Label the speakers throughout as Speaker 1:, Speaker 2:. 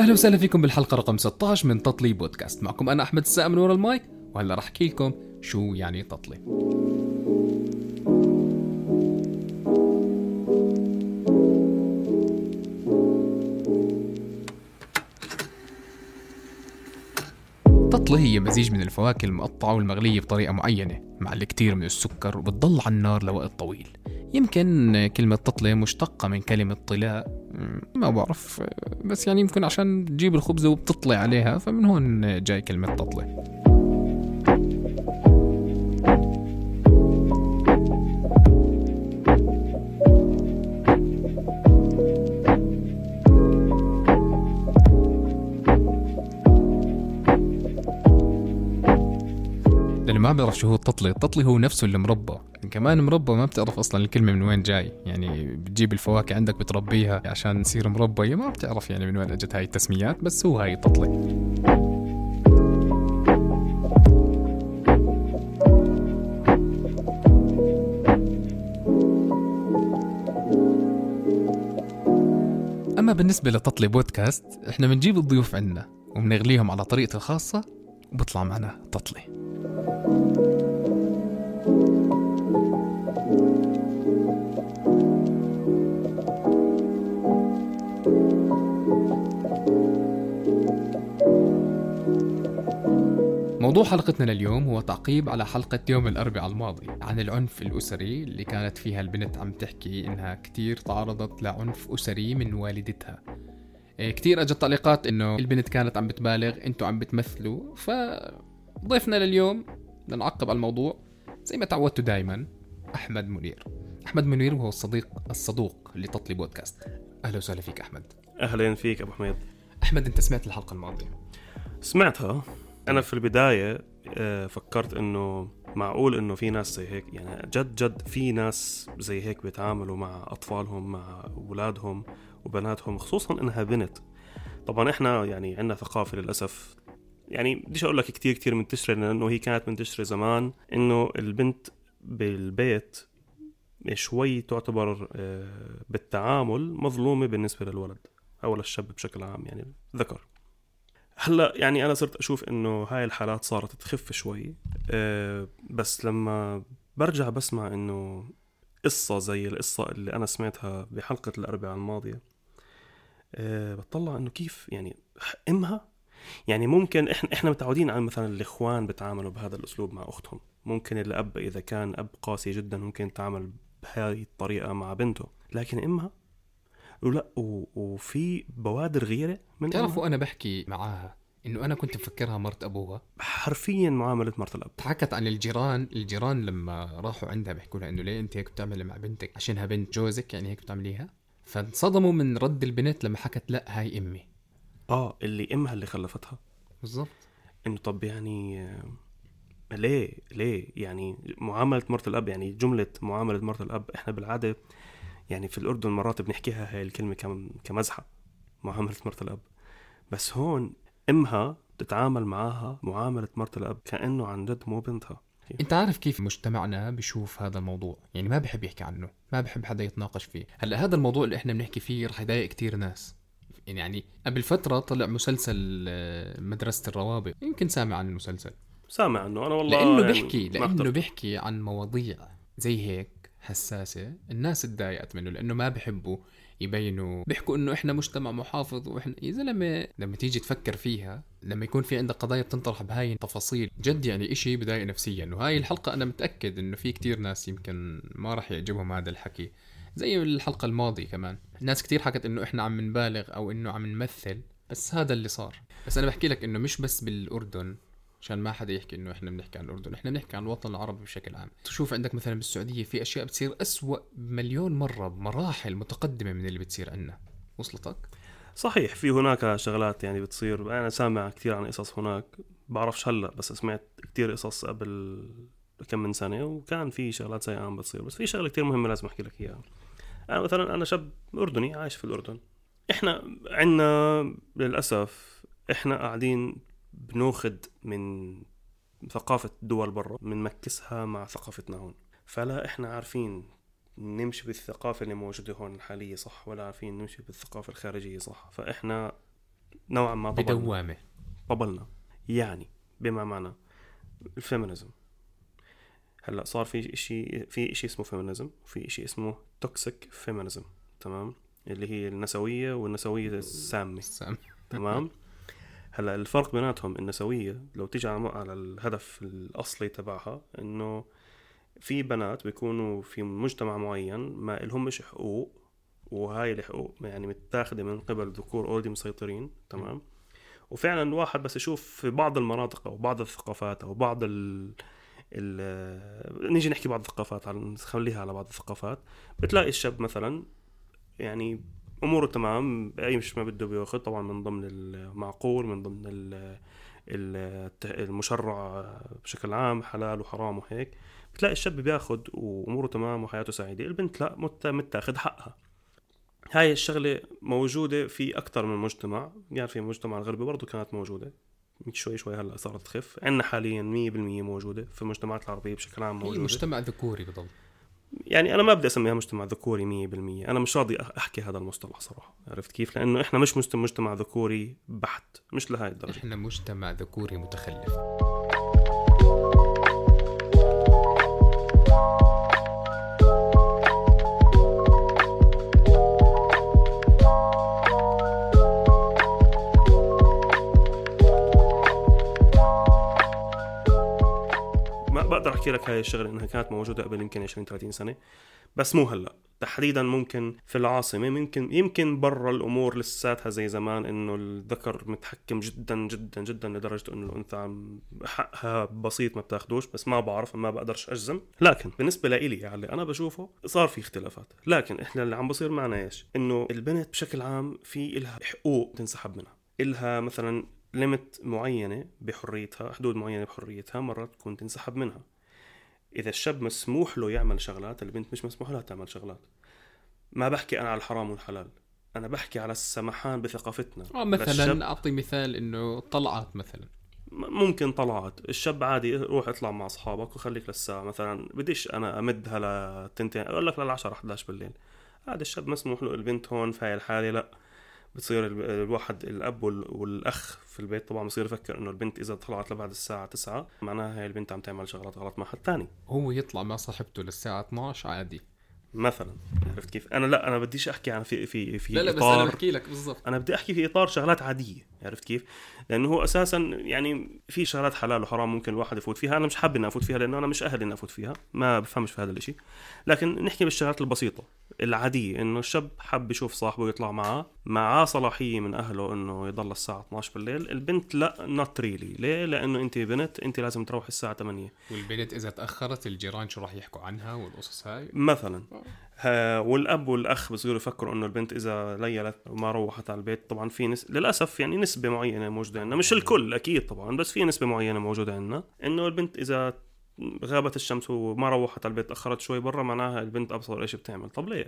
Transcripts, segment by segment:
Speaker 1: أهلا وسهلا فيكم بالحلقة رقم 16 من تطلي بودكاست. معكم أنا أحمد السائم من ورا المايك، وهلا رح أحكي لكم شو يعني تطلي. التطلي هي مزيج من الفواكه المقطعة والمغلية بطريقة معينة مع الكثير من السكر، وبتضل على النار لوقت طويل. يمكن كلمة تطلي مشتقة من كلمة طلاء، ما بعرف، بس يعني يمكن عشان تجيب الخبزة وبتطلي عليها، فمن هون جاي كلمة تطلي. اللي ما بيعرف شو هو التطلي هو نفسه المربى. كمان مربى ما بتعرف اصلا الكلمه من وين جاي، يعني بتجيب الفواكه عندك بتربيها عشان تصير مربى، ما بتعرف يعني من وين اجت هاي التسميات، بس هو هاي التطلي. اما بالنسبه لتطلي بودكاست، احنا بنجيب الضيوف عنا وبنغليهم على طريقتي الخاصه، وبطلع معنا تطلي. موضوع حلقتنا لليوم هو تعقيب على حلقة يوم الأربعاء الماضي عن العنف الأسري، اللي كانت فيها البنت عم تحكي إنها كتير تعرضت لعنف أسري من والدتها. كتير أجت تعليقات إنه البنت كانت عم بتبالغ، أنتوا عم بتمثلوا. فضيفنا لليوم لنعقب على الموضوع زي ما تعودتوا دايما أحمد منير وهو الصدوق لتطلي بودكاست. أهلا وسهلا فيك أحمد.
Speaker 2: أهلا فيك أبو حميد.
Speaker 1: أحمد، أنت سمعت الحلقة الماضية؟
Speaker 2: سمعتها. أنا في البداية فكرت إنه معقول إنه في ناس زي هيك، يعني جد في ناس زي هيك بيتعاملوا مع أطفالهم، مع أولادهم وبناتهم، خصوصا إنها بنت. طبعا إحنا يعني عندنا ثقافة للأسف، يعني بديش أقول لك كتير منتشرة، لأنه هي كانت منتشرة زمان، إنه البنت بالبيت شوي تعتبر بالتعامل مظلومة بالنسبة للولد أو للشاب بشكل عام، يعني ذكر. هلا يعني أنا صرت أشوف إنه هاي الحالات صارت تخف شوي، بس لما برجع بسمع إنه قصة زي القصة اللي أنا سمعتها بحلقة الأربعاء الماضية، بتطلع إنه كيف يعني إمها، يعني ممكن إحنا متعودين على مثلا الإخوان بتعاملوا بهذا الأسلوب مع أختهم، ممكن الأب إذا كان أب قاسي جدا ممكن يتعامل بهذه الطريقة مع بنته، لكن إمها ولا وفي بوادر غيرة من.
Speaker 1: تعرفوا أنا بحكي معاها إنه أنا كنت مفكرها مرت أبوها،
Speaker 2: حرفيا معاملة مرت الأب.
Speaker 1: تحكت عن الجيران لما راحوا عندها بيحكوا لها إنه ليه أنت هيك بتعملي مع بنتك، عشانها بنت جوزك يعني هيك بتعمليه. فانصدموا من رد البنت لما حكت لا هاي أمي.
Speaker 2: اللي أمها اللي خلفتها
Speaker 1: بالضبط.
Speaker 2: إنه طب يعني ليه يعني معاملة مرت الأب، يعني جملة معاملة مرت الأب إحنا بالعادة يعني في الأردن مرات بنحكيها هاي الكلمة كمزحة، معاملة مرت الأب، بس هون أمها تتعامل معاها معاملة مرت الأب كأنه عن جد مو بنتها.
Speaker 1: انت عارف كيف مجتمعنا بيشوف هذا الموضوع، يعني ما بحب يحكي عنه، ما بحب حدا يتناقش فيه. هلا هذا الموضوع اللي احنا بنحكي فيه رح يضايق كتير ناس. يعني قبل فترة طلع مسلسل مدرسة الروابط، يمكن سامع عن المسلسل.
Speaker 2: سامع عنه أنا والله،
Speaker 1: لأنه بيحكي عن مواضيع زي هيك حساسة. الناس اتضايقت منه لأنه ما بيحبوا يبينوا، بيحكوا إنه إحنا مجتمع محافظ، وإحنا يا زلمة لما تيجي تفكر فيها، لما يكون في عندك قضايا بتنطرح بهاي التفاصيل جد يعني إشي بدايق نفسيا. وهاي الحلقة أنا متأكد إنه في كتير ناس يمكن ما رح يعجبهم هذا الحكي، زي الحلقة الماضية كمان ناس كتير حكت إنه إحنا عم نبالغ أو إنه عم نمثل، بس هذا اللي صار. بس أنا بحكي لك إنه مش بس بالأردن، عشان ما حدا يحكي انه احنا بنحكي عن الاردن، احنا بنحكي عن الوطن العربي بشكل عام. تشوف عندك مثلا بالسعوديه في اشياء بتصير أسوأ مليون مره بمراحل متقدمه من اللي بتصير عندنا. وصلتك؟
Speaker 2: صحيح، في هناك شغلات يعني بتصير، انا سامع كثير عن قصص هناك، بعرفش هلا بس سمعت كثير قصص قبل كم من سنه وكان في شغلات زي عم بتصير. بس في شغله كثير مهمه لازم احكي لك اياها. انا مثلا انا شاب اردني عايش في الاردن، احنا عندنا للاسف احنا قاعدين بناخذ من ثقافة دول برا بنمكسها مع ثقافتنا هون، فلا احنا عارفين نمشي بالثقافة اللي موجودة هون الحالية صح، ولا عارفين نمشي بالثقافة الخارجية صح. فاحنا نوعا ما
Speaker 1: بدوامة
Speaker 2: طبلنا. يعني بما معنى الفيمينيزم، هلا صار في شيء اسمه فيمينيزم، وفي شيء اسمه توكسيك فيمينيزم، تمام، اللي هي النسوية والنسوية السامة. تمام. هلا الفرق بيناتهم، النسوية لو تيجي على الهدف الأصلي تبعها، إنه في بنات بيكونوا في مجتمع معين ما لهمش حقوق، وهاي الحقوق يعني متاخدة من قبل ذكور اوريدي مسيطرين، تمام. وفعلا الواحد بس يشوف في بعض المناطق او بعض الثقافات او بعض نيجي نحكي بعض الثقافات، نخليها على بعض الثقافات، بتلاقي الشاب مثلا يعني اموره تمام، اي مش ما بده بياخذ، طبعا من ضمن المعقول، من ضمن المشرع بشكل عام، حلال وحرام وهيك. بتلاقي الشاب بياخد واموره تمام وحياته سعيده، البنت لا، متاخد حقها. هاي الشغله موجوده في اكثر من مجتمع، يعني في المجتمع الغربي برضو كانت موجوده شوي شوي، هلا صارت تخف. عندنا حاليا 100% موجوده في المجتمعات العربيه بشكل عام،
Speaker 1: هي
Speaker 2: موجوده.
Speaker 1: مجتمع ذكوري بضل،
Speaker 2: يعني انا ما بدي اسميها مجتمع ذكوري 100%، انا مش راضي احكي هذا المصطلح صراحه، عرفت كيف؟ لانه احنا مش مجتمع ذكوري بحت، مش لهاي الدرجه.
Speaker 1: احنا مجتمع ذكوري متخلف.
Speaker 2: ما بقدر احكي لك هاي الشغله انها كانت موجوده قبل يمكن 20-30 سنه، بس مو هلا تحديدا. ممكن في العاصمه، يمكن برا الامور لساتها زي زمان، انه الذكر متحكم جدا جدا جدا لدرجه انه الانثى حقها بسيط ما بتاخدوش، بس ما بعرف، ما بقدرش اجزم. لكن بالنسبه لي يعني انا بشوفه صار في اختلافات. لكن احنا اللي عم بصير معنا ايش؟ انه البنت بشكل عام في إلها حقوق تنسحب منها، إلها مثلا ليمت معينة بحريتها، حدود معينة بحريتها، مرات تكون تنسحب منها. إذا الشاب مسموح له يعمل شغلات، البنت مش مسموح لها تعمل شغلات. ما بحكي أنا على الحرام والحلال، أنا بحكي على السماحان بثقافتنا.
Speaker 1: مثلا أعطي مثال إنه طلعات مثلا،
Speaker 2: ممكن طلعات الشاب عادي، روح اطلع مع أصحابك وخليك للساعة مثلا، بديش أنا أمدها لتنتين، أقول لك لل10-11 بالليل، هذا الشاب مسموح له. البنت هون في هاي الحالة لا، بتصير الواحد الأب والأخ في البيت طبعا بصير يفكر إنه البنت إذا طلعت لبعد الساعة 9 معناها هاي البنت عم تعمل شغلات غلط مع حد تاني.
Speaker 1: هو يطلع مع صاحبته للساعة 12 عادي
Speaker 2: مثلا، عرفت كيف؟ أنا بديش أحكي عن في
Speaker 1: لا بس أنا بحكي لك بالضبط،
Speaker 2: أنا بدي أحكي في إطار شغلات عادية، عرفت كيف؟ لأنه هو أساسا يعني في شغلات حلال وحرام ممكن الواحد يفوت فيها، أنا مش حابب إني أفوت فيها لأنه أنا مش أهل إني أفوت فيها، ما بفهمش في هذا الإشي. لكن نحكي بالشغلات البسيطة العادية، إنه الشاب حب يشوف صاحبه يطلع معاه صلاحية من أهله إنه يضل الساعة 12 بالليل، البنت لا، not really. ليه؟ لأنه أنت بنت، أنت لازم تروح الساعة 8.
Speaker 1: والبنت إذا تأخرت الجيران شو راح يحكوا عنها والقصص هاي
Speaker 2: مثلا. والأب والأخ بصيروا يفكروا إنه البنت إذا ليلت وما روحت على البيت، طبعا في للأسف يعني نسبة معينة موجودة عندنا، مش الكل أكيد طبعا، بس في نسبة معينة موجودة عندنا، إنه البنت إذا غابت الشمس وما روحت على البيت، أخرت شوي برا، معناها البنت أبصر إيش بتعمل. طب ليه؟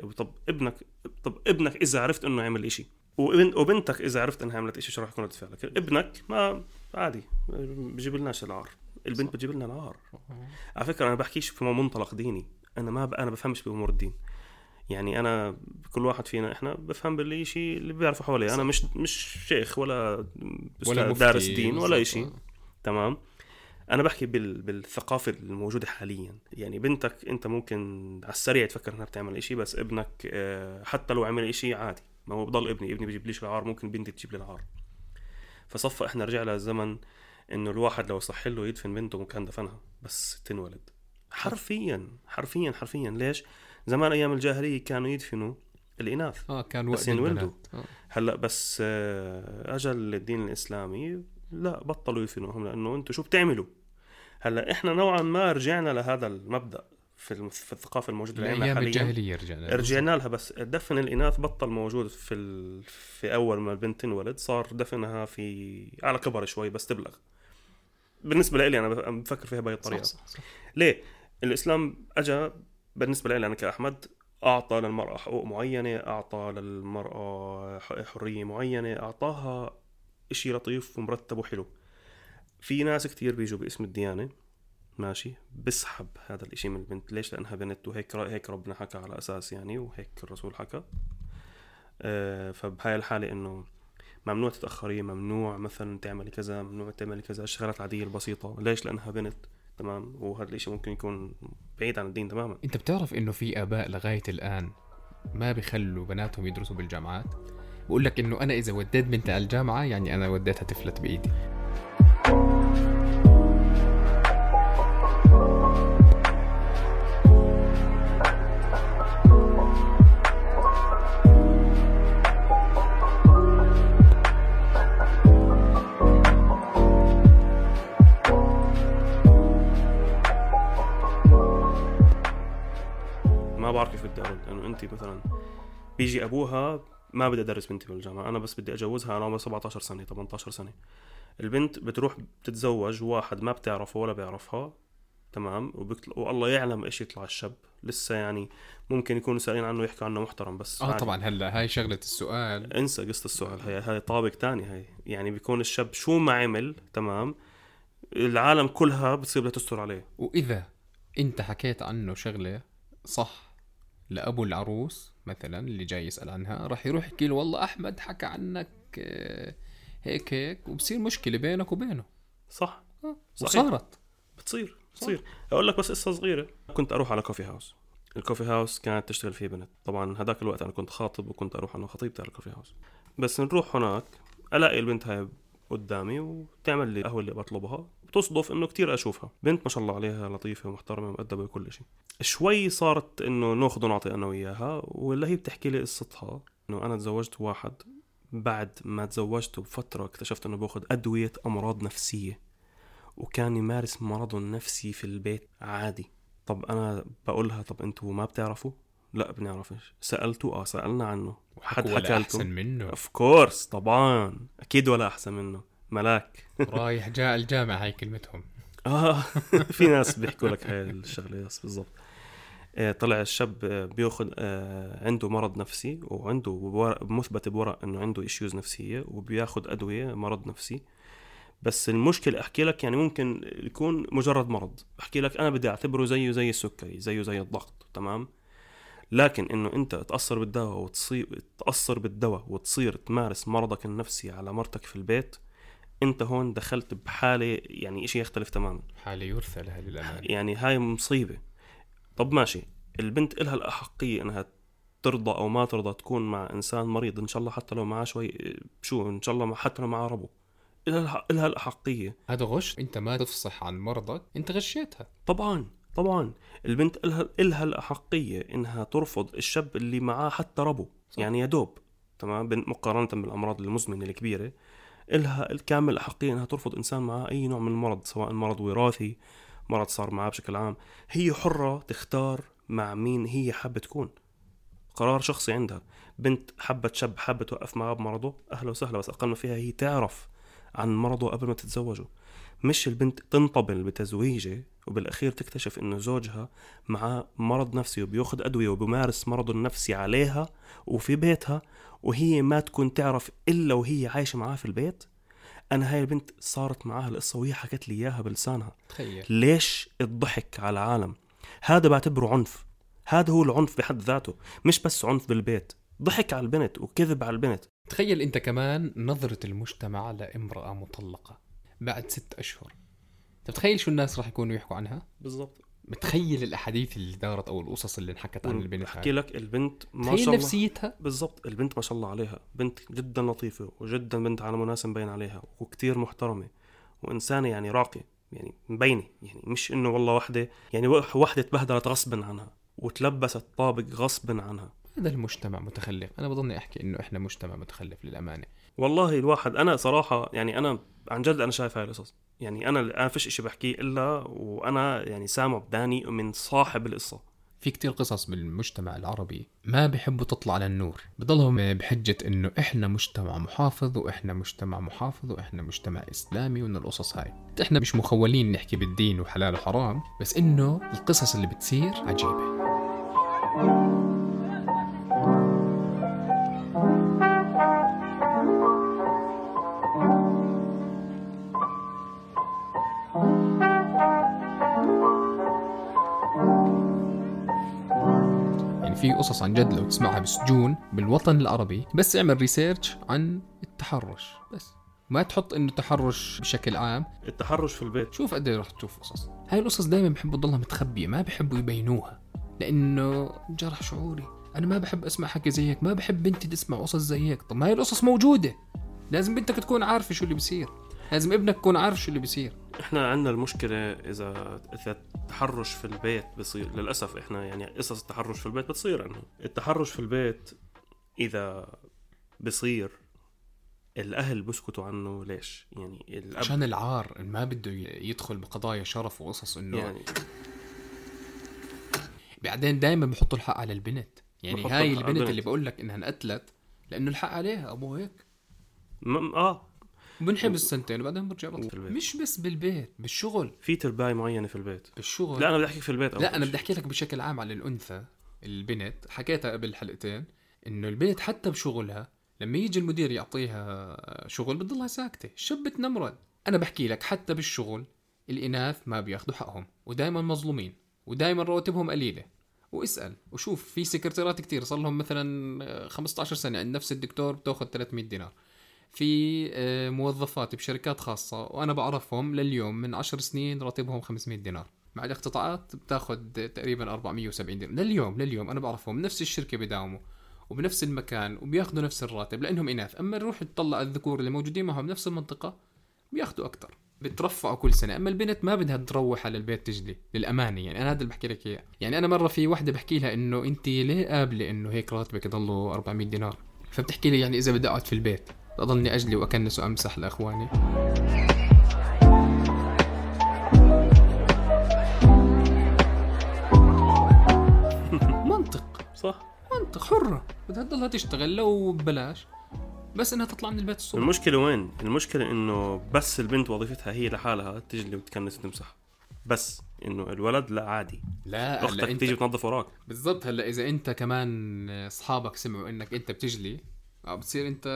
Speaker 2: طب ابنك إذا عرفت إنه عمل إشي، وبنتك إذا عرفت إنها عملت إشي، شو راح يكون رد فعلك؟ ابنك ما عادي بجيب لناش العار، البنت بتجيب لنا العار. على فكرة أنا بحكيش في منطلق ديني، أنا بفهمش بأمور الدين. يعني أنا كل واحد فينا إحنا بفهم باللي شيء اللي بيعرفه حواليه. أنا مش شيخ ولا دارس دين ولا شيء، تمام. أنا بحكي بالثقافة الموجودة حاليا. يعني بنتك أنت ممكن على السريع تفكر إنها بتعمل إشي، بس ابنك حتى لو عمل إشي عادي، ما هو بضل ابني بيجيب ليش العار، ممكن بنتي تجيب لي العار. فصفى إحنا رجعنا للزمن إنه الواحد لو صح له يدفن بنته مكان دفنها بس تنولد. حرفيا حرفيا حرفيا. ليش؟ زمان أيام الجاهلية كانوا يدفنوا الإناث،
Speaker 1: كان
Speaker 2: بس ينولدوا. هلأ بس أجل الدين الإسلامي لا، بطلوا يدفنوهم، لأنه أنتوا شو بتعملوا. هلأ إحنا نوعا ما رجعنا لهذا المبدأ في الثقافة الموجودة عندنا حاليا.
Speaker 1: الجاهلية
Speaker 2: رجعنا لها، بس دفن الإناث بطل موجود في أول ما البنت تنولد، صار دفنها على كبر شوي بس تبلغ. بالنسبة لي أنا بفكر فيها بهي الطريقة. صح. ليه؟ الإسلام أجا بالنسبة لي أنا كأحمد، أعطى للمرأة حقوق معينة، أعطى للمرأة حرية معينة، أعطاها إشي لطيف ومرتب وحلو. في ناس كتير بيجوا باسم الديانة، ماشي، بسحب هذا الإشي من البنت. ليش؟ لأنها بنت، وهيك ربنا حكى على أساس يعني، وهيك الرسول حكى. فبهاي الحالة إنه ممنوع تتأخري، ممنوع مثلا تعملي كذا، ممنوع تعملي كذا، الشغلات العادية البسيطة. ليش؟ لأنها بنت. تمام. وهذا الاشي ممكن يكون بعيد عن الدين تماما.
Speaker 1: انت بتعرف انه في اباء لغاية الان ما بيخلوا بناتهم يدرسوا بالجامعات؟ بقول لك انه انا اذا وديت بنتي على الجامعة يعني انا وديتها تفلت بايدي.
Speaker 2: ما بعرف كيف بدي أرد. إنه أنت مثلا بيجي أبوها ما بدي أدرس بنتي بالجامعة، أنا بس بدي أجوزها، أنا عمري 17 سنة 18 سنة. البنت بتروح بتتزوج واحد ما بتعرفه ولا بيعرفها. تمام. والله يعلم إيش يطلع الشاب لسه، يعني ممكن يكونوا سائلين عنه يحكوا عنه محترم بس
Speaker 1: طبعا هلا هاي شغلة السؤال،
Speaker 2: انسى قصة السؤال. هاي طابق تاني. هاي يعني بيكون الشاب شو ما عمل تمام العالم كلها بتصير بدها تستر عليه.
Speaker 1: واذا انت حكيت عنه شغلة صح لأبو العروس مثلا اللي جاي يسأل عنها، راح يروح يحكي له والله أحمد حكى عنك هيك هيك، وبصير مشكلة بينك وبينه.
Speaker 2: صح.
Speaker 1: وصارت
Speaker 2: بتصير. أقول لك بس قصة صغيرة. كنت أروح على كوفي هاوس. الكوفي هاوس كانت تشتغل فيه بنت. طبعا هذاك الوقت أنا كنت خاطب وكنت أروح أنا وخطيبتي على الكوفي هاوس. بس نروح هناك ألاقي البنت هاي قدامي وتعمل لي القهوة اللي بطلبها. بتصدف إنه كتير أشوفها بنت ما شاء الله عليها لطيفة ومحترمة ومؤدبة وكل شيء. شوي صارت إنه ناخذ ونعطي أنا وياها، ولا هي بتحكي لي قصتها إنه أنا تزوجت واحد، بعد ما تزوجته بفترة اكتشفت إنه باخذ أدوية أمراض نفسية، وكان يمارس مرضه النفسي في البيت عادي. طب أنا بقولها طب أنتوا ما بتعرفوا؟ لا بنعرفش. سألتوا؟ سألنا عنه.
Speaker 1: حد حكى لكم؟ أحسن منه
Speaker 2: of course طبعا أكيد ولا أحسن منه. ملاك.
Speaker 1: رايح جاء الجامعة، هاي كلمتهم.
Speaker 2: في ناس بيحكوا لك هاي الشغلة بالضبط. طلع الشاب بياخد عنده مرض نفسي، وعنده مثبت بورق انه عنده إشيوز نفسية، وبياخد أدوية مرض نفسي. بس المشكلة أحكي لك يعني ممكن يكون مجرد مرض. أحكي لك أنا بدي أعتبره زيه زي السكري، زيه زي الضغط. تمام. لكن إنه أنت تأثر بالدواء وتصير تمارس مرضك النفسي على مرتك في البيت، أنت هون دخلت بحالة يعني إشي يختلف تماما،
Speaker 1: حالة يرثى لها للأمان.
Speaker 2: يعني هاي مصيبة. طب ماشي، البنت إلها الأحقية إنها ترضى أو ما ترضى تكون مع إنسان مريض، إن شاء الله حتى لو معاه شوي إن شاء الله حتى لو معاه ربو، إلها الأحقية.
Speaker 1: هذا غش. أنت ما تفصح عن مرضك، أنت غشيتها.
Speaker 2: طبعا البنت إلها الأحقية إنها ترفض الشاب اللي معاه حتى ربو. صح. يعني يدوب. تمام. مقارنة بالأمراض المزمنة الكبيرة، إلها الكامل الأحقية إنها ترفض إنسان معاه أي نوع من المرض، سواء مرض وراثي، مرض صار معاه بشكل عام. هي حرة تختار مع مين هي حابة تكون، قرار شخصي عندها. بنت حبت شاب حابة توقف معاه بمرضه، أهلا وسهلا، بس أقل ما فيها هي تعرف عن مرضه قبل ما تتزوجه. مش البنت تنطبل بتزويجه وبالأخير تكتشف إنه زوجها معاه مرض نفسي وبياخد أدوية وبيمارس مرضه النفسي عليها وفي بيتها، وهي ما تكون تعرف إلا وهي عايشة معاه في البيت. أنا هاي البنت صارت معاها القصة وهي حكت لي إياها بلسانها.
Speaker 1: تخيل.
Speaker 2: ليش الضحك على العالم؟ هذا بعتبره عنف. هذا هو العنف بحد ذاته، مش بس عنف بالبيت، ضحك على البنت وكذب على البنت.
Speaker 1: تخيل أنت كمان نظرة المجتمع لامرأة مطلقة بعد 6 أشهر. تتخيل شو الناس راح يكونوا يحكوا عنها؟
Speaker 2: بالضبط.
Speaker 1: متخيل الأحاديث اللي دارت أو القصص اللي انحكت عن البنت.
Speaker 2: أحكي لك البنت ما
Speaker 1: شاء الله
Speaker 2: نفسيتها. بالضبط. البنت ما شاء الله عليها بنت جدا لطيفة وجدا بنت على مناسب بين عليها وكتير محترمة وإنسانة يعني راقية، يعني مبينة، يعني مش إنه والله واحدة يعني واحدة تبهدلت غصبا عنها وتلبست طابق غصبا عنها.
Speaker 1: هذا المجتمع متخلف. أنا بظني أحكي إنه إحنا مجتمع متخلف للأمانة.
Speaker 2: والله الواحد أنا صراحة يعني أنا عن جد أنا شايف هاي القصص، يعني أنا فيش إشي بحكيه إلا وأنا يعني سامع بداني من صاحب القصة.
Speaker 1: في كتير قصص بالمجتمع العربي ما بيحبوا تطلع للنور، بضلهم بحجة إنه إحنا مجتمع محافظ وإحنا مجتمع محافظ وإحنا مجتمع إسلامي، وإنه القصص هاي إحنا مش مخولين نحكي بالدين وحلال وحرام، بس إنه القصص اللي بتصير عجيبة. في قصص عن جد لو تسمعها بسجون بالوطن العربي، بس اعمل ريسيرش عن تحرش بس، ما تحط انه تحرش بشكل عام.
Speaker 2: التحرش في البيت
Speaker 1: شوف قد ايه راح تشوف قصص، هاي القصص دائما بحبوا تضلها متخبيه، ما بحبوا يبينوها لانه جرح شعوري. انا ما بحب اسمع حكي زي هيك، ما بحب بنتي تسمع قصص زي هيك. طب ما هي القصص موجوده، لازم بنتك تكون عارفه شو اللي بيصير، لازم ابنك يكون عارف شو اللي بيصير.
Speaker 2: احنا عندنا المشكله اذا التحرش في البيت بصير، للاسف احنا يعني قصص التحرش في البيت بتصير. انه التحرش في البيت اذا بصير الاهل بسكتوا عنه. ليش؟ يعني الاب
Speaker 1: عشان العار، ما بده يدخل بقضايا شرف وقصص انه
Speaker 2: يعني
Speaker 1: بعدين دائما بحطوا الحق على البنت. يعني
Speaker 2: بحطوا
Speaker 1: هاي
Speaker 2: الحق على
Speaker 1: البنت
Speaker 2: البنت.
Speaker 1: اللي بقول لك انها انقتلت لانه الحق عليها ابو هيك،
Speaker 2: اه
Speaker 1: بنحبس سنتين وبعدين برجع
Speaker 2: في
Speaker 1: بطل.
Speaker 2: البيت.
Speaker 1: مش بس بالبيت، بالشغل.
Speaker 2: في ترباية معينة في البيت.
Speaker 1: بالشغل
Speaker 2: لا أنا بدي أحكي في البيت.
Speaker 1: لا انا بدي احكي لك بشكل عام على الانثى. البنت حكيتها قبل حلقتين انه البنت حتى بشغلها لما يجي المدير يعطيها شغل بتضلها ساكته، الشاب بتنمرد. انا بحكي لك حتى بالشغل الاناث ما بياخذوا حقهم ودائما مظلومين ودائما رواتبهم قليله. واسال وشوف، في سكرتيرات كتير صار لهم مثلا 15 سنه عند نفس الدكتور بتاخذ 300 دينار. في موظفات بشركات خاصه وانا بعرفهم لليوم من 10 سنين راتبهم 500 دينار، مع الاقتطاعات بتاخذ تقريبا 470 دينار لليوم انا بعرفهم نفس الشركه بداوموا وبنفس المكان وبياخذوا نفس الراتب لانهم اناث. اما نروح نطلع الذكور اللي موجودين معهم بنفس المنطقه بياخذوا اكثر، بترفعوا كل سنه. اما البنت ما بدها تروح على البيت تجلي للامانه. يعني انا هذا اللي بحكي لك اياه. يعني انا مره في وحده بحكي لها انه انت ليه قابله انه هيك راتبك يضلوا 400 دينار؟ فبتحكي لي يعني اذا بدي اقعد في البيت اضلني اجلي واكنس وامسح لاخواني. منطق
Speaker 2: صح.
Speaker 1: منطق، حرة بدها تضلها تشتغل لو ببلاش بس انها تطلع من البيت الصبح.
Speaker 2: المشكلة وين؟ المشكلة انه بس البنت وظيفتها هي لحالها تجلي وتكنس وتمسح، بس انه الولد لا عادي،
Speaker 1: لا
Speaker 2: اختك
Speaker 1: انت
Speaker 2: تيجي تنظف وراك.
Speaker 1: بالضبط. هلا اذا انت كمان اصحابك سمعوا انك انت بتجلي بتصير انت.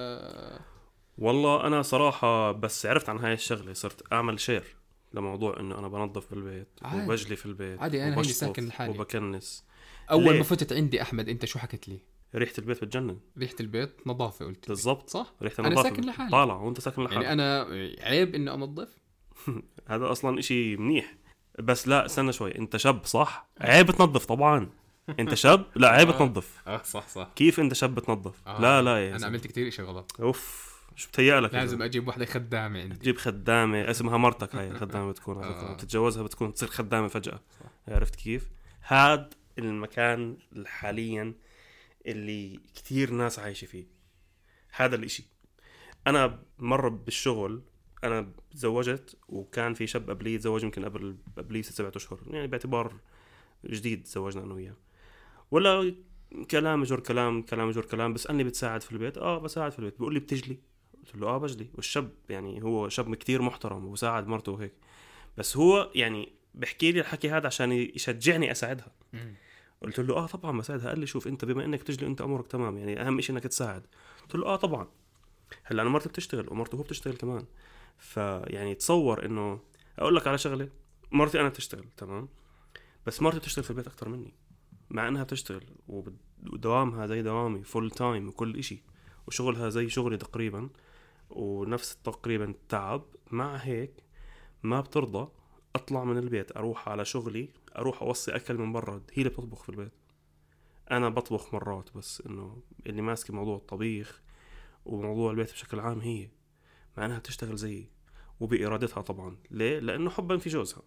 Speaker 2: والله انا صراحة بس عرفت عن هاي الشغلة صرت اعمل شير لموضوع انه انا بنظف بالبيت
Speaker 1: عادي.
Speaker 2: وبجلي في البيت
Speaker 1: عادي، انا هيني
Speaker 2: وبشطف
Speaker 1: ساكن لحالي.
Speaker 2: وبكنس.
Speaker 1: اول
Speaker 2: ليه؟
Speaker 1: ما فتت عندي احمد انت شو حكيت لي؟
Speaker 2: ريحة البيت بتجنن.
Speaker 1: ريحة البيت نظافة قلت لي.
Speaker 2: بالضبط
Speaker 1: صح.
Speaker 2: ريحة
Speaker 1: انا
Speaker 2: النظافة
Speaker 1: ساكن لحالي
Speaker 2: طالع وانت ساكن لحالك.
Speaker 1: يعني انا عيب اني انظف؟
Speaker 2: هذا اصلا اشي منيح. بس لا استنى شوي، انت شاب صح؟ عيب تنظف طبعا. انت شاب لا عيب تنظف.
Speaker 1: صح.
Speaker 2: كيف انت شاب بتنظف؟ لا يا
Speaker 1: انا
Speaker 2: زلمة.
Speaker 1: عملت كتير اشي غلط.
Speaker 2: اوف شو بتهيألك؟
Speaker 1: لازم اجيب واحدة خدامة عندي.
Speaker 2: تجيب خدامة اسمها مرتك، هاي الخدامة بتكون تتجوزها بتكون تصير خدامة فجأة. عرفت كيف؟ هاد المكان حاليا اللي كتير ناس عايشة فيه هذا الاشي. انا مرة بالشغل انا تزوجت وكان في شاب قبلي تزوج يمكن قبلي 7 أشهر، يعني باعتبار جديد تزوجنا انا وياه. ولا كلام يجر كلام بس اني بتساعد في البيت. بساعد في البيت. بيقول لي بتجلي؟ قلت له بجلي. والشاب يعني هو شاب كتير محترم وبساعد مرته وهيك، بس هو يعني بحكي لي الحكي هذا عشان يشجعني اساعدها. قلت له طبعا بساعدها. قال لي شوف انت بما انك تجلي انت امورك تمام، يعني اهم شيء انك تساعد. قلت له طبعا. هلا انا مرتي بتشتغل ومرته هو بتشتغل كمان، فيعني تصور انه اقول لك على شغله. مرتي انا بتشتغل تمام، بس مرتي بتشتغل في البيت اكتر مني مع انها بتشتغل ودوامها زي دوامي فول تايم وكل اشي، وشغلها زي شغلي تقريبا ونفس تقريبا التعب. مع هيك ما بترضى اطلع من البيت اروح على شغلي، اروح اوصي اكل من برا. هي اللي بتطبخ في البيت، انا بطبخ مرات، بس انه اللي ماسك موضوع الطبيخ وموضوع البيت بشكل عام هي، مع انها بتشتغل زيي وبإرادتها طبعا. ليه؟ لانه حبا في جوزها،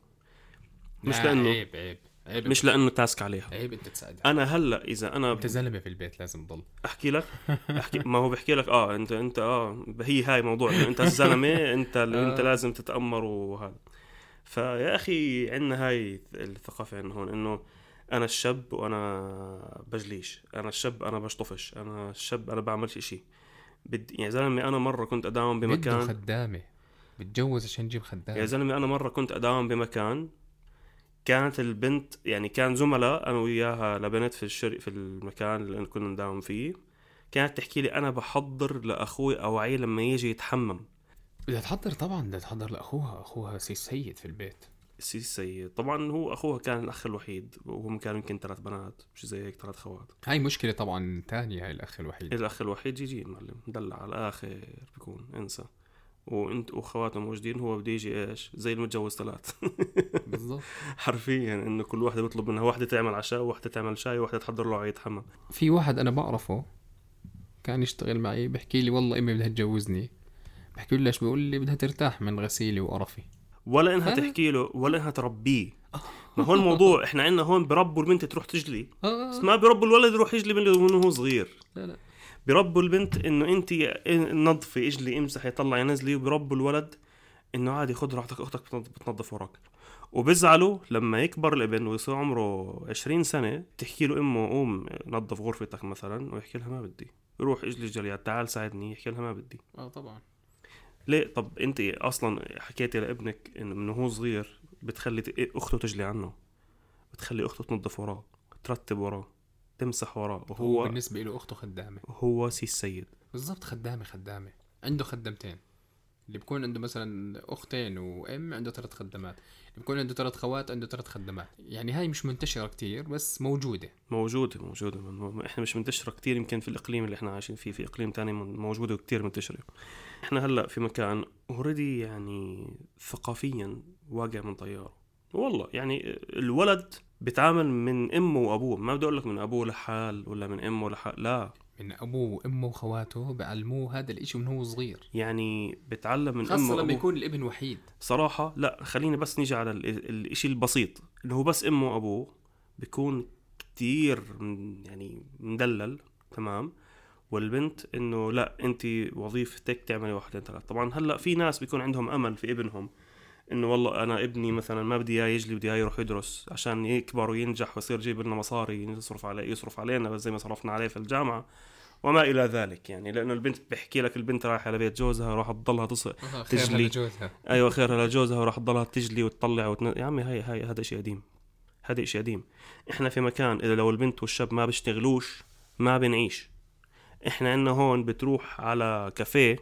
Speaker 2: مش لانه
Speaker 1: عيب
Speaker 2: مش لانه تاسك عليها.
Speaker 1: عيب انت تساعدها.
Speaker 2: انا هلا اذا انا
Speaker 1: انت زلمه في البيت لازم تضل.
Speaker 2: احكي لك ما هو بحكي لك انت هي هاي موضوع إنه انت الزلمه انت انت لازم تتامر وهذا. فيا اخي عندنا هاي الثقافه عندنا هون انه انا الشاب وانا بجليش، انا الشاب انا بشطفش، انا الشاب انا بعملش اشي. يعني زلمه انا مره كنت اداوم بمكان
Speaker 1: بده خدامه، بتجوز عشان نجيب خدامه.
Speaker 2: يا زلمه انا مره كنت اداوم بمكان كانت البنت يعني كان زملاء انا وياها لبنت في المكان اللي كنا نداوم فيه. كانت تحكي لي انا بحضر لاخوي اوعيه لما يجي يتحمم.
Speaker 1: بدها تحضر طبعا، بدها تحضر لاخوها. اخوها سيد في البيت.
Speaker 2: سي السيد طبعا هو اخوها كان الاخ الوحيد، وهم كانوا يمكن 3 بنات مش زي هيك 3 خوات.
Speaker 1: هاي مشكلة طبعا تانية، هاي الأخ الوحيد.
Speaker 2: الاخ الوحيد جي معلم دلع على الاخر بيكون انسى، وانت واخواته موجودين، هو بده يجي ايش زي المتجوز 3
Speaker 1: بالضبط.
Speaker 2: حرفيا انه كل واحدة بيطلب منها، واحدة تعمل عشاء وواحدة تعمل شاي وواحدة تحضر له عيد حمام.
Speaker 1: في واحد أنا بعرفه كان يشتغل معي بحكي لي والله امي بدها تجوزني، بحكي له ليش؟ بيقول لي بدها ترتاح من غسيلي وقرفي.
Speaker 2: ولا انها تحكي له ولا انها تربيه. ما هو الموضوع احنا عندنا هون بربوا البنت تروح تجلي، بس ما بربوا الولد يروح يجلي من هو صغير.
Speaker 1: لا
Speaker 2: بربوا البنت انه انت نظفي اجلي امسحي طلعي نزلي، وبربوا الولد انه عادي خذ راحتك اختك بتنظف وراك. وبزعلوا لما يكبر الابن ويصير عمره 20 سنة تحكي له امه قوم نظف غرفتك مثلا، ويحكي لها ما بدي، روح اجلي جليات تعال ساعدني، يحكي لها ما بدي.
Speaker 1: طبعا.
Speaker 2: ليه؟ طب انت اصلا حكيتي لابنك انه من هو صغير بتخلي اخته تجلي عنه، بتخلي اخته تنظف وراه، ترتب وراه، تمسح وراه،
Speaker 1: هو بالنسبة له اخته خدامة.
Speaker 2: هو سي السيد
Speaker 1: بالضبط، خدامة عنده خدمتين. اللي بكون عنده مثلا اختين وام عنده 3 خدمات، اللي بكون عنده 3 خوات عنده 3 خدمات. يعني هاي مش منتشرة كتير بس موجودة. احنا مش منتشرة كتير، يمكن في الاقليم اللي احنا عايشين فيه، في اقليم تاني موجودة وكتير منتشرة. احنا هلأ في مكان اوريدي يعني ثقافيا واقع من طياره والله. يعني الولد بيتعامل من امه وابوه، ما بدي اقول لك من ابوه لحال ولا من امه لحال، لا، من ابوه وامه وخواته بعلموه هذا الاشي من هو صغير.
Speaker 2: يعني بتعلم من
Speaker 1: خاصة
Speaker 2: امه
Speaker 1: لما يكون الابن وحيد.
Speaker 2: صراحة لا، خليني بس نيجي على الاشي البسيط اللي هو بس امه وابوه، بيكون كتير يعني مدلل تمام. والبنت انه لا انت وظيفتك تعملي 1 2 3. طبعا هلا في ناس بيكون عندهم امل في ابنهم، انه والله انا ابني مثلا ما بدي اياه يجلي، بدي اياه يروح يدرس عشان يكبر وينجح ويصير يجيب لنا مصاري يصرف علينا زي ما صرفنا عليه في الجامعة وما الى ذلك. يعني لانه البنت بحكي لك البنت رايحه لبيت جوزها راح تضلها تجلي. ايوه خيرها لجوزها وراح تضلها تجلي وتطلع يا عمي هاي هذا شيء قديم، هذا شيء قديم. احنا في مكان اذا لو البنت والشاب ما بيشتغلوش ما بنعيش. احنا عندنا هون بتروح على كافيه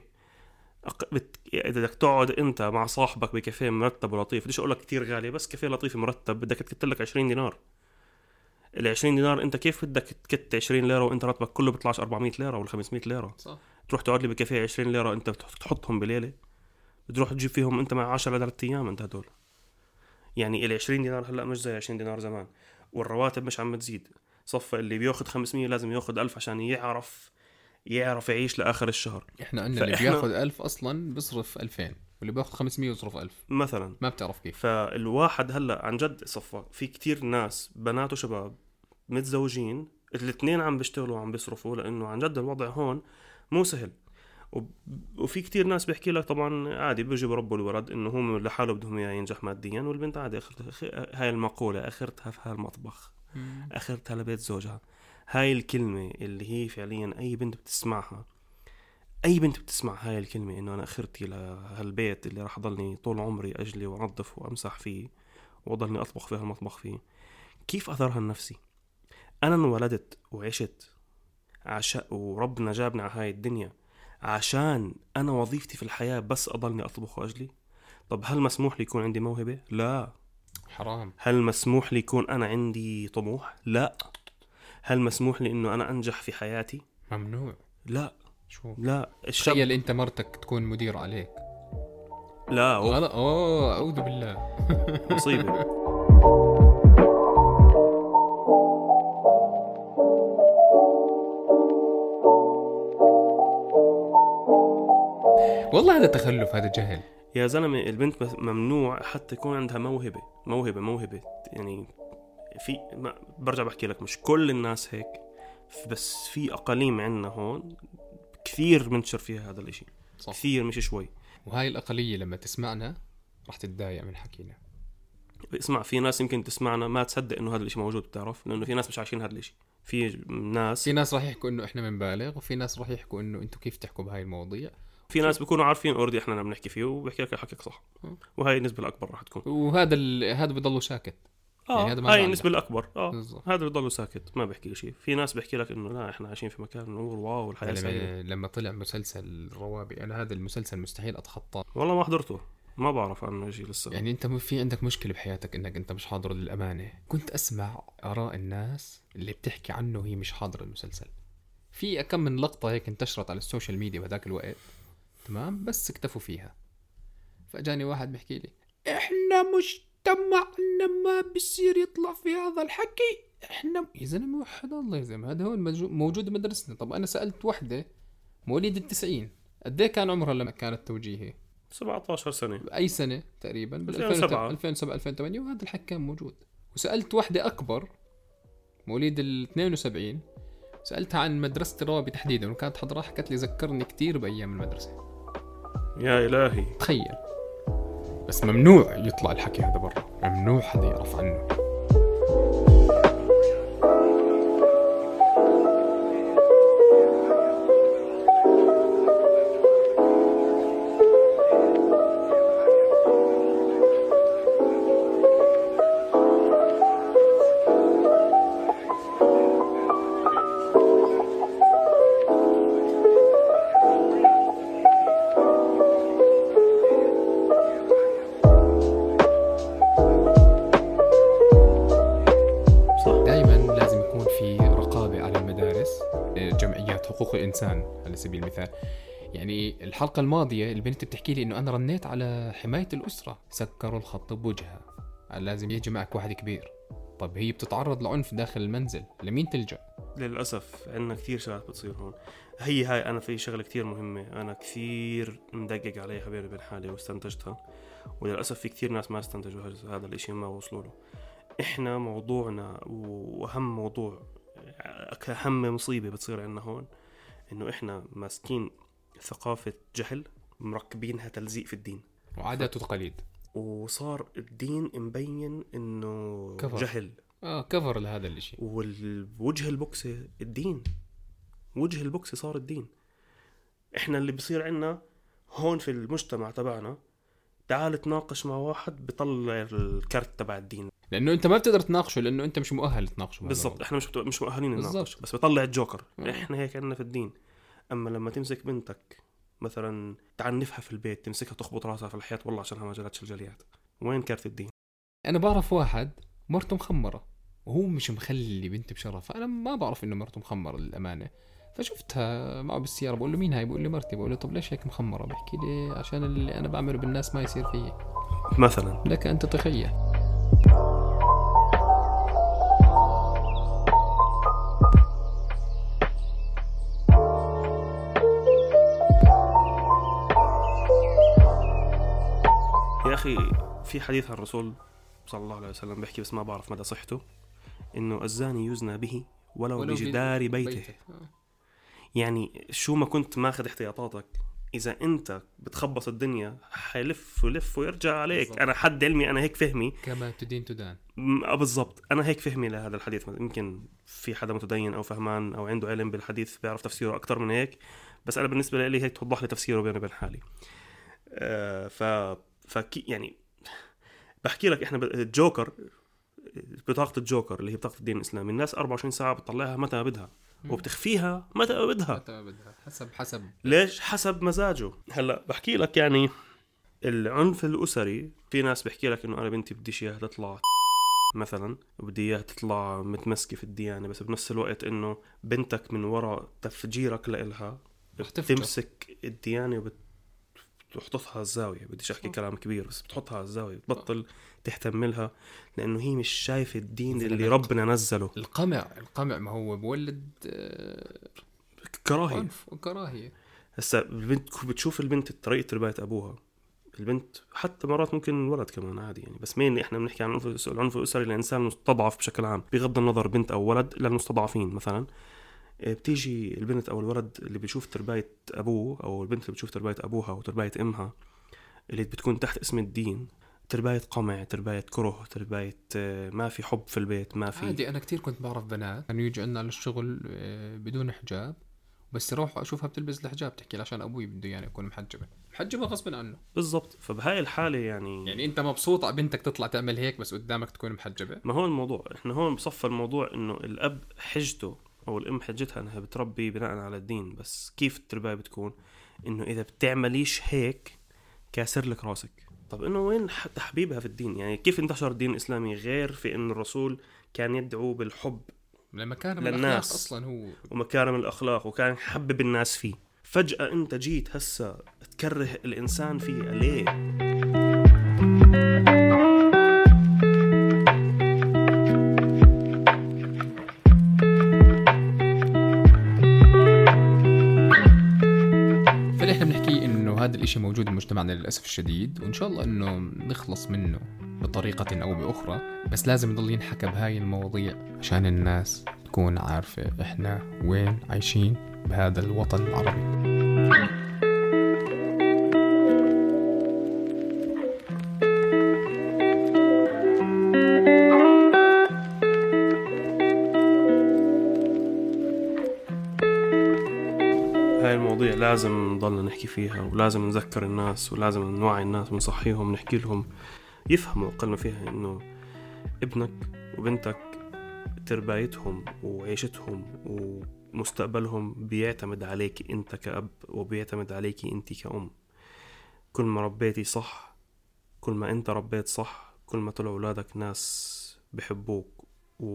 Speaker 2: اذا بدك تقعد انت مع صاحبك بكافيه مرتب ولطيف، بديش اقول لك كثير غالي بس كافيه لطيف مرتب، بدك تكت لك 20 دينار. ال 20 دينار انت كيف بدك تكت 20 ليره وانت راتبك كله بيطلعش 400 ليره ولا 500 ليره؟
Speaker 1: صح.
Speaker 2: تروح تقعد لي بكافيه 20 ليره انت تحطهم بليله، بتروح تجيب فيهم انت مع 10 ل 3 ايام انت هدول. يعني ال 20 دينار هلا مش زي 20 دينار زمان، والرواتب مش عم تزيد. صفى اللي بياخد 500 لازم ياخد 1000 عشان يعرف يعيش لآخر الشهر.
Speaker 1: احنا عندنا اللي بياخد 1000 اصلا بيصرف 2000، واللي بياخد 500 يصرف 1000
Speaker 2: مثلا.
Speaker 1: ما بتعرف كيف.
Speaker 2: فالواحد هلا عن جد صفى في كتير ناس بنات وشباب متزوجين الاثنين عم بيشتغلوا وعم بيصرفوا، لانه عن جد الوضع هون مو سهل. وفي كتير ناس بيحكي لك طبعا عادي بيجي بربوا الولد انه هم لحاله بدهم اياه ينجح ماديا، والبنت عادي هاي المقولة اخرتها في هالمطبخ، اخرتها لبيت زوجها. هاي الكلمة اللي هي فعليا اي بنت بتسمعها، اي بنت بتسمع هاي الكلمة انه انا اخرتي لهالبيت اللي راح ضلني طول عمري اجلي وانظف وامسح فيه وضلني اطبخ في هالمطبخ فيه، كيف اثرها النفسي؟ انا انولدت وعشت وربنا جابني على هاي الدنيا عشان أنا وظيفتي في الحياة بس أضلني أطبخ وأجلي؟ طب هل مسموح لي يكون عندي موهبة؟ لا.
Speaker 1: حرام.
Speaker 2: هل مسموح لي يكون أنا عندي طموح؟ لا. هل مسموح لي إنه أنا أنجح في حياتي؟
Speaker 1: ممنوع.
Speaker 2: لا.
Speaker 1: شو؟
Speaker 2: لا.
Speaker 1: تخيل أنت مرتك تكون مدير عليك.
Speaker 2: لا.
Speaker 1: غلط. أعوذ بالله.
Speaker 2: مصيبة.
Speaker 1: والله هذا تخلف، هذا جهل
Speaker 2: يا زلمة. البنت ممنوع حتى يكون عندها موهبة يعني في برجع بحكي لك مش كل الناس هيك، بس في أقاليم عندنا هون كثير منتشر فيها هذا الاشي. صح. كثير مش شوي.
Speaker 1: وهاي الأقلية لما تسمعنا راح تتضايق من حكينا.
Speaker 2: اسمع، في ناس يمكن تسمعنا ما تصدق انه هذا الاشي موجود، بتعرف، لانه في ناس مش عايشين هذا الاشي. في ناس
Speaker 1: راح يحكوا انه احنا بنبالغ، وفي ناس راح يحكوا انه انتوا كيف تحكوا بهاي المواضيع.
Speaker 2: في ناس بيكونوا عارفين اوردي احنا عم نحكي فيه وبحكي لك حكيك صح، وهي النسبة الأكبر راح تكون.
Speaker 1: وهذا هذا بيضلوا ساكت.
Speaker 2: يعني هذا هاي النسبة الأكبر. هذا بيضلوا ساكت ما بيحكي شيء. في ناس بيحكي لك إنه لا إحنا عايشين في مكان نور واو والحياة سعيدة.
Speaker 1: لما طلع مسلسل الروابي، أنا هذا المسلسل مستحيل أتخطاه.
Speaker 2: والله ما حضرته. ما بعرف عنه شيء لسه.
Speaker 1: يعني انت في عندك مشكلة بحياتك انك انت مش حاضر للأمانة. كنت اسمع اراء الناس اللي بتحكي عنه وهي مش حاضرة المسلسل. في كم من لقطة هيك انتشرت على السوشيال ميديا بهذاك الوقت، تمام، بس اكتفوا فيها. فجاني واحد بيحكي لي احنا مجتمعنا ما بيصير يطلع في هذا الحكي، احنا يا زلمه وحد الله يا زلمه، هذا هو موجود بمدرستنا. طب انا سالت وحده مواليد ال90، قد ايه كان عمرها لما كانت توجيهي؟
Speaker 2: 17 سنة.
Speaker 1: اي سنه تقريبا؟ بال
Speaker 2: 2007
Speaker 1: 2007 2008، وهذا الحكي كان موجود. وسالت وحده اكبر مواليد ال72، سالتها عن مدرسه الروابي تحديدا وكانت حضرها، حكت لي ذكرني كتير بايام المدرسه.
Speaker 2: يا إلهي.
Speaker 1: تخيل. بس ممنوع يطلع الحكي هذا برا، ممنوع حدا يعرف عنه. حقوق الإنسان على سبيل المثال. يعني الحلقة الماضية البنت بتحكي لي إنه أنا رنيت على حماية الأسرة، سكروا الخط بوجهها، لازم يجي معك واحد كبير. طب هي بتتعرض لعنف داخل المنزل، لمين تلجأ؟
Speaker 2: للأسف عندنا كثير شغلات بتصير هون. هاي أنا في شغلة كثير مهمة أنا كثير مدقق عليها بيني وبين حالي واستنتجتها، وللأسف في كثير ناس ما استنتجوا هذا الاشي ما وصلوا له. إحنا موضوعنا وأهم موضوع، أهم مصيبة بتصير عندنا هون، إنه إحنا ماسكين ثقافة جهل مركبينها تلزيق في الدين
Speaker 1: وعادات وتقاليد،
Speaker 2: وصار الدين مبين إنه
Speaker 1: كفر.
Speaker 2: جهل
Speaker 1: كفر لهذا الاشي.
Speaker 2: والوجه البوكسي الدين، وجه البوكسي صار الدين. إحنا اللي بصير عنا هون في المجتمع تبعنا، تعال تناقش مع واحد بيطلع الكارت تبع الدين،
Speaker 1: لأنه أنت ما بتقدر تناقشه، لأنه أنت مش مؤهل تناقشه.
Speaker 2: بالضبط، إحنا مش مؤهلين نناقش، بس بيطلع الجوكر. إحنا هيك عنا في الدين. أما لما تمسك بنتك مثلا تعنفها في البيت، تمسكها تخبط راسها في الحياة والله عشانها ما جلتش الجليات، وين كارت الدين؟
Speaker 1: أنا بعرف واحد مرته مخمرة وهو مش مخلي بنت بشرف. أنا ما بعرف إنه مرته مخمرة للأمانة، فشفتها معه بالسيارة، بقول له مين هاي؟ بقول لي مرتي. بقول له طب ليش هيك مخمرة؟ بحكي لي عشان اللي أنا بعمله بالناس ما يصير فيه
Speaker 2: مثلا.
Speaker 1: لك أنت تخيل.
Speaker 2: يا أخي في حديث عن الرسول صلى الله عليه وسلم بيحكي، بس ما بعرف مدى صحته، إنه الزاني يزنى به ولو بجدار بيته. يعني شو ما كنت ماخذ احتياطاتك، إذا أنت بتخبص الدنيا حيلف ولف ويرجع عليك. بالزبط. أنا حد علمي، أنا هيك فهمي،
Speaker 1: كما تدين تدان.
Speaker 2: بالضبط، أنا هيك فهمي لهذا الحديث. يمكن في حدا متدين أو فهمان أو عنده علم بالحديث بيعرف تفسيره أكتر من هيك، بس أنا بالنسبة لي هيك توضح لي تفسيره بيني وبين حالي. يعني بحكي لك إحنا الجوكر، بطاقة الجوكر اللي هي بطاقة الدين الإسلامي، الناس 24 ساعة بتطلعها متى ما بدها وبتخفيها متى ما بدها
Speaker 1: حسب
Speaker 2: ليش؟ حسب مزاجه. هلا بحكي لك يعني العنف الأسري، في ناس بحكي لك إنه أنا بنتي بديش إياها تطلع مثلا، وبدي إياها تطلع متمسكة في الديانة، بس بنفس الوقت إنه بنتك من وراء تفجيرك لإلها بتمسك الديانة وبتحطها الزاوية. بديش أحكي كلام كبير، بس بتحطها الزاوية، بتبطل تهتملها، لأنه هي مش شايفة الدين اللي ربنا نزله.
Speaker 1: القمع ما هو بولد كراهية.
Speaker 2: هسا البنت بتشوف البنت طريقة تربية أبوها، البنت حتى مرات ممكن الولد كمان عادي يعني، بس مين إحنا بنحكي عن العنف الأسري للإنسان المستضعف بشكل عام، بغض النظر بنت أو ولد للمستضعفين. مثلا بتيجي البنت أو الولد اللي بيشوف تربية أبوه، أو البنت اللي بتشوف تربية أبوها وتربية إمها اللي بتكون تحت اسم الدين، تربية قمع، تربية كره، تربية ما في حب في البيت، ما في
Speaker 1: عادي. أنا كتير كنت بعرف بنات كانوا يجوا عنا للشغل بدون حجاب، بس روح أشوفها بتلبس الحجاب، تحكي عشان أبوي بده يعني أكون محجبة غصبا عنه.
Speaker 2: بالضبط. فبهاي الحالة يعني
Speaker 1: أنت مبسوط بنتك تطلع تعمل هيك بس قدامك تكون محجبة؟
Speaker 2: ما هو الموضوع، إحنا هون بصف الموضوع إنه الأب حجته أو الأم حجتها أنها بتربي بناء على الدين، بس كيف التربية بتكون إنه إذا بتعمليش هيك كاسر لك راسك. طب إنه وين تحبيبها في الدين؟ يعني كيف انتشر الدين الإسلامي غير في إن الرسول كان يدعو بالحب
Speaker 1: مكارم
Speaker 2: للناس
Speaker 1: الأخلاق أصلا هو
Speaker 2: ومكارم الأخلاق، وكان يحبب الناس فيه. فجأة أنت جيت هسا تكره الإنسان فيه ليه؟
Speaker 1: فاللي احنا بنحكي إنه هذا الإشي موجود بمجتمعنا للأسف الشديد، وإن شاء الله إنه نخلص منه بطريقة أو بأخرى، بس لازم يضل ينحكى بهاي المواضيع عشان الناس تكون عارفة إحنا وين عايشين بهذا الوطن العربي.
Speaker 2: هاي المواضيع لازم نضلنا نحكي فيها، ولازم نذكر الناس، ولازم نوعي الناس ونصحيهم، نحكي لهم يفهموا أقل ما فيها إنه ابنك وبنتك تربايتهم وعيشتهم ومستقبلهم بيعتمد عليك أنت كأب، وبيعتمد عليك أنت كأم. كل ما ربيتي صح، كل ما أنت ربيت صح، كل ما طلعوا أولادك ناس بحبوك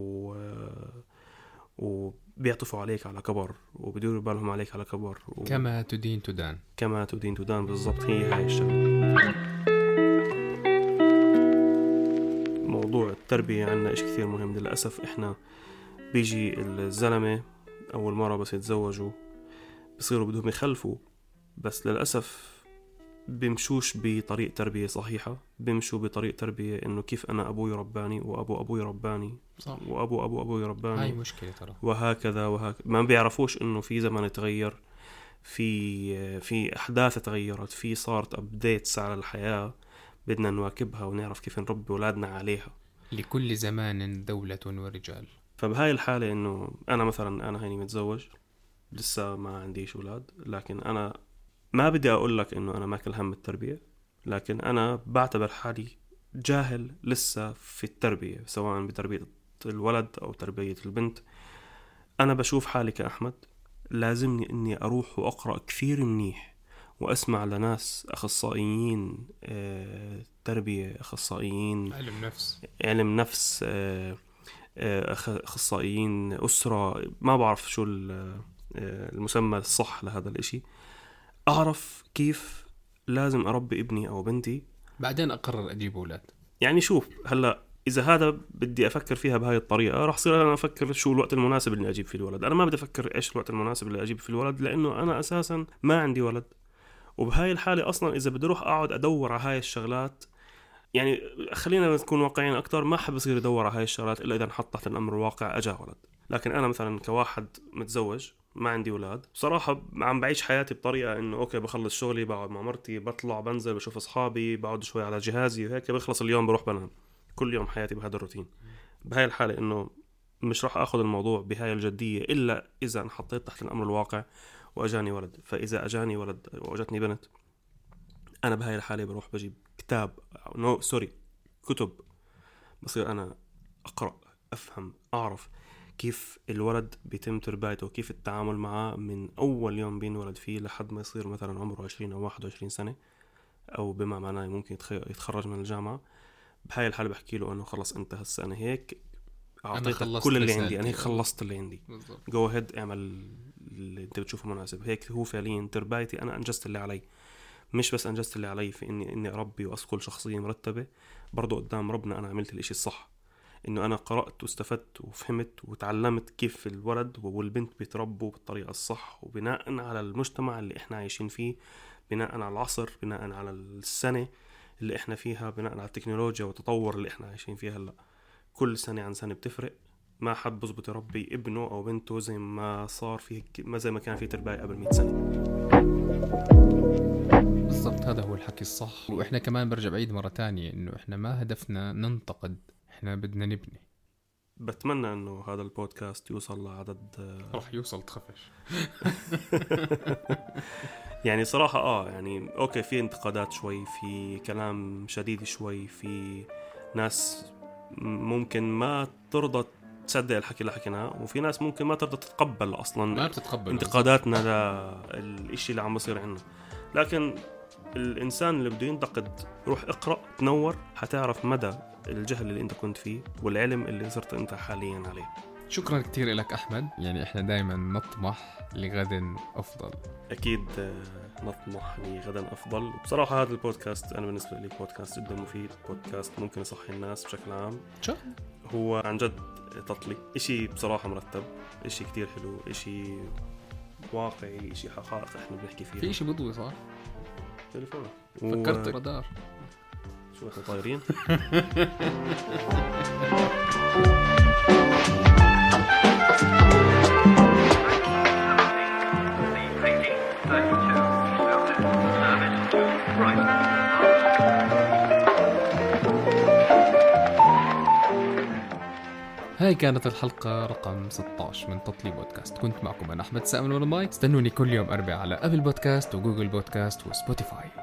Speaker 2: وبيعطفوا عليك على كبر، وبيدوروا بالهم عليك على كبر
Speaker 1: كما تدين تدان.
Speaker 2: كما تدين تدان، بالضبط. هي هاي الشغلة. موضوع التربية عنا إيش كثير مهم. للأسف إحنا بيجي الزلمة أول مرة بس يتزوجوا بصيروا بدهم يخلفوا، بس للأسف بيمشوش بطريق تربية صحيحة، بيمشوا بطريق تربية إنه كيف أنا أبوي رباني وأبو أبوي رباني
Speaker 1: صح.
Speaker 2: وأبوي رباني.
Speaker 1: هاي مشكلة ترى.
Speaker 2: وهكذا ما بيعرفوش إنه في زمن يتغير، في أحداث تغيرت، في صارت أبديتس على الحياة، بدنا نواكبها ونعرف كيف نربي أولادنا عليها.
Speaker 1: لكل زمان دولة ورجال.
Speaker 2: فبهاي الحالة إنه أنا مثلا أنا هيني متزوج، لسه ما عنديش أولاد، لكن أنا ما بدي أقول لك إنه أنا ماكل هم التربية، لكن أنا بعتبر حالي جاهل لسه في التربية، سواء بتربية الولد أو تربية البنت. أنا بشوف حالي كأحمد لازمني إني أروح وأقرأ كثير منيح، وأسمع لناس أخصائيين تربية، أخصائيين علم نفس، أخصائيين أسرة، ما بعرف شو المسمى الصح لهذا الإشي، أعرف كيف لازم أربي ابني أو بنتي،
Speaker 1: بعدين أقرر أجيب أولاد.
Speaker 2: يعني شوف هلأ إذا هذا بدي أفكر فيها بهاي الطريقة، راح صير أنا أفكر شو الوقت المناسب اللي أجيب فيه الولد. أنا ما بدي أفكر إيش الوقت المناسب اللي أجيب فيه الولد، لأنه أنا أساسا ما عندي ولد. وبهاي الحالة أصلا إذا بدي أروح أقعد أدور على هاي الشغلات، يعني خلينا نكون واقعيين أكتر، ما حب يصير يدور على هاي الشغلات إلا إذا نحط تحت الأمر الواقع أجا ولد. لكن أنا مثلا كواحد متزوج ما عندي ولاد، بصراحة عم بعيش حياتي بطريقة إنه أوكي بخلص شغلي، بقعد مع مرتي، بطلع بنزل بشوف أصحابي، بقعد شوي على جهازي وهيك، بخلص اليوم بروح بنام. كل يوم حياتي بهذا الروتين. بهاي الحالة إنه مش راح أخذ الموضوع بهاي الجدية إلا إذا انحطيت تحت الأمر الواقع وأجاني ولد. فإذا أجاني ولد وأجتني بنت، أنا بهاي الحالة بروح بجيب كتاب كتب، بصير أنا أقرأ، أفهم، أعرف كيف الولد بيتم تربيته، كيف التعامل معه من أول يوم بينولد فيه لحد ما يصير مثلا عمره 20 أو 21 سنة، أو بما معناه ممكن يتخرج من الجامعة. بهاي الحالة بحكي له أنه خلص أنت هسه أنا هيك أعطيتك كل اللي عندي، أنا هيك خلصت اللي عندي، جو هيد اعمل اللي أنت بتشوفه مناسب. هيك هو فعليا تربيتي، أنا أنجزت اللي علي. مش بس أنجزت اللي علي في إني أربي وأصقل شخصية مرتبة، برضو قدام ربنا أنا عملت الإشي الصح، إنه أنا قرأت واستفدت وفهمت وتعلمت كيف الولد والبنت بيتربوا بالطريقة الصح، وبناء على المجتمع اللي إحنا عايشين فيه، بناء على العصر، بناء على السنة اللي إحنا فيها، بناء على التكنولوجيا والتطور اللي إحنا عايشين فيها هلا. كل سنة عن سنة بتفرق. ما حد بزبط يربي ابنه أو بنته زي ما صار فيه، ما زي ما كان فيه تربية قبل 100 سنة.
Speaker 1: بالضبط، هذا هو الحكي الصح. وإحنا كمان برجع بعيد مرة تانية إنه إحنا ما هدفنا ننتقد، إحنا بدنا نبني.
Speaker 2: بتمنى إنه هذا البودكاست يوصل لعدد
Speaker 1: راح يوصل، تخافش.
Speaker 2: يعني صراحة يعني أوكي في انتقادات شوي، في كلام شديد شوي، في ناس ممكن ما ترضى تصدق الحكي اللي حكيناه، وفي ناس ممكن ما ترضى تتقبل أصلا
Speaker 1: ما بتتقبل
Speaker 2: انتقاداتنا للإشي اللي عم بصير عنا. لكن الإنسان اللي بده ينتقد روح اقرأ تنور، حتعرف مدى الجهل اللي أنت كنت فيه والعلم اللي صرت أنت حاليا عليه.
Speaker 1: شكرا كتير لك أحمد. يعني إحنا دايما نطمح لغد أفضل.
Speaker 2: أكيد نطمح لغدا أفضل. بصراحة هذا البودكاست أنا بالنسبة لي بودكاست جدا مفيد، بودكاست ممكن يصحي الناس بشكل عام.
Speaker 1: شو؟
Speaker 2: هو عن جد تطلي إشي بصراحة مرتب، إشي كتير حلو، إشي واقعي، إشي حقائق إحنا بنحكي فيها.
Speaker 1: في إشي بضوي صح؟
Speaker 2: تليفون
Speaker 1: فكرت رادار.
Speaker 2: شو إحنا طايرين؟
Speaker 1: هاي كانت الحلقة رقم 16 من تطلي بودكاست. كنت معكم أنا أحمد سامن والماي. استنوني كل يوم 4 على أبل بودكاست وجوجل بودكاست وسبوتيفاي.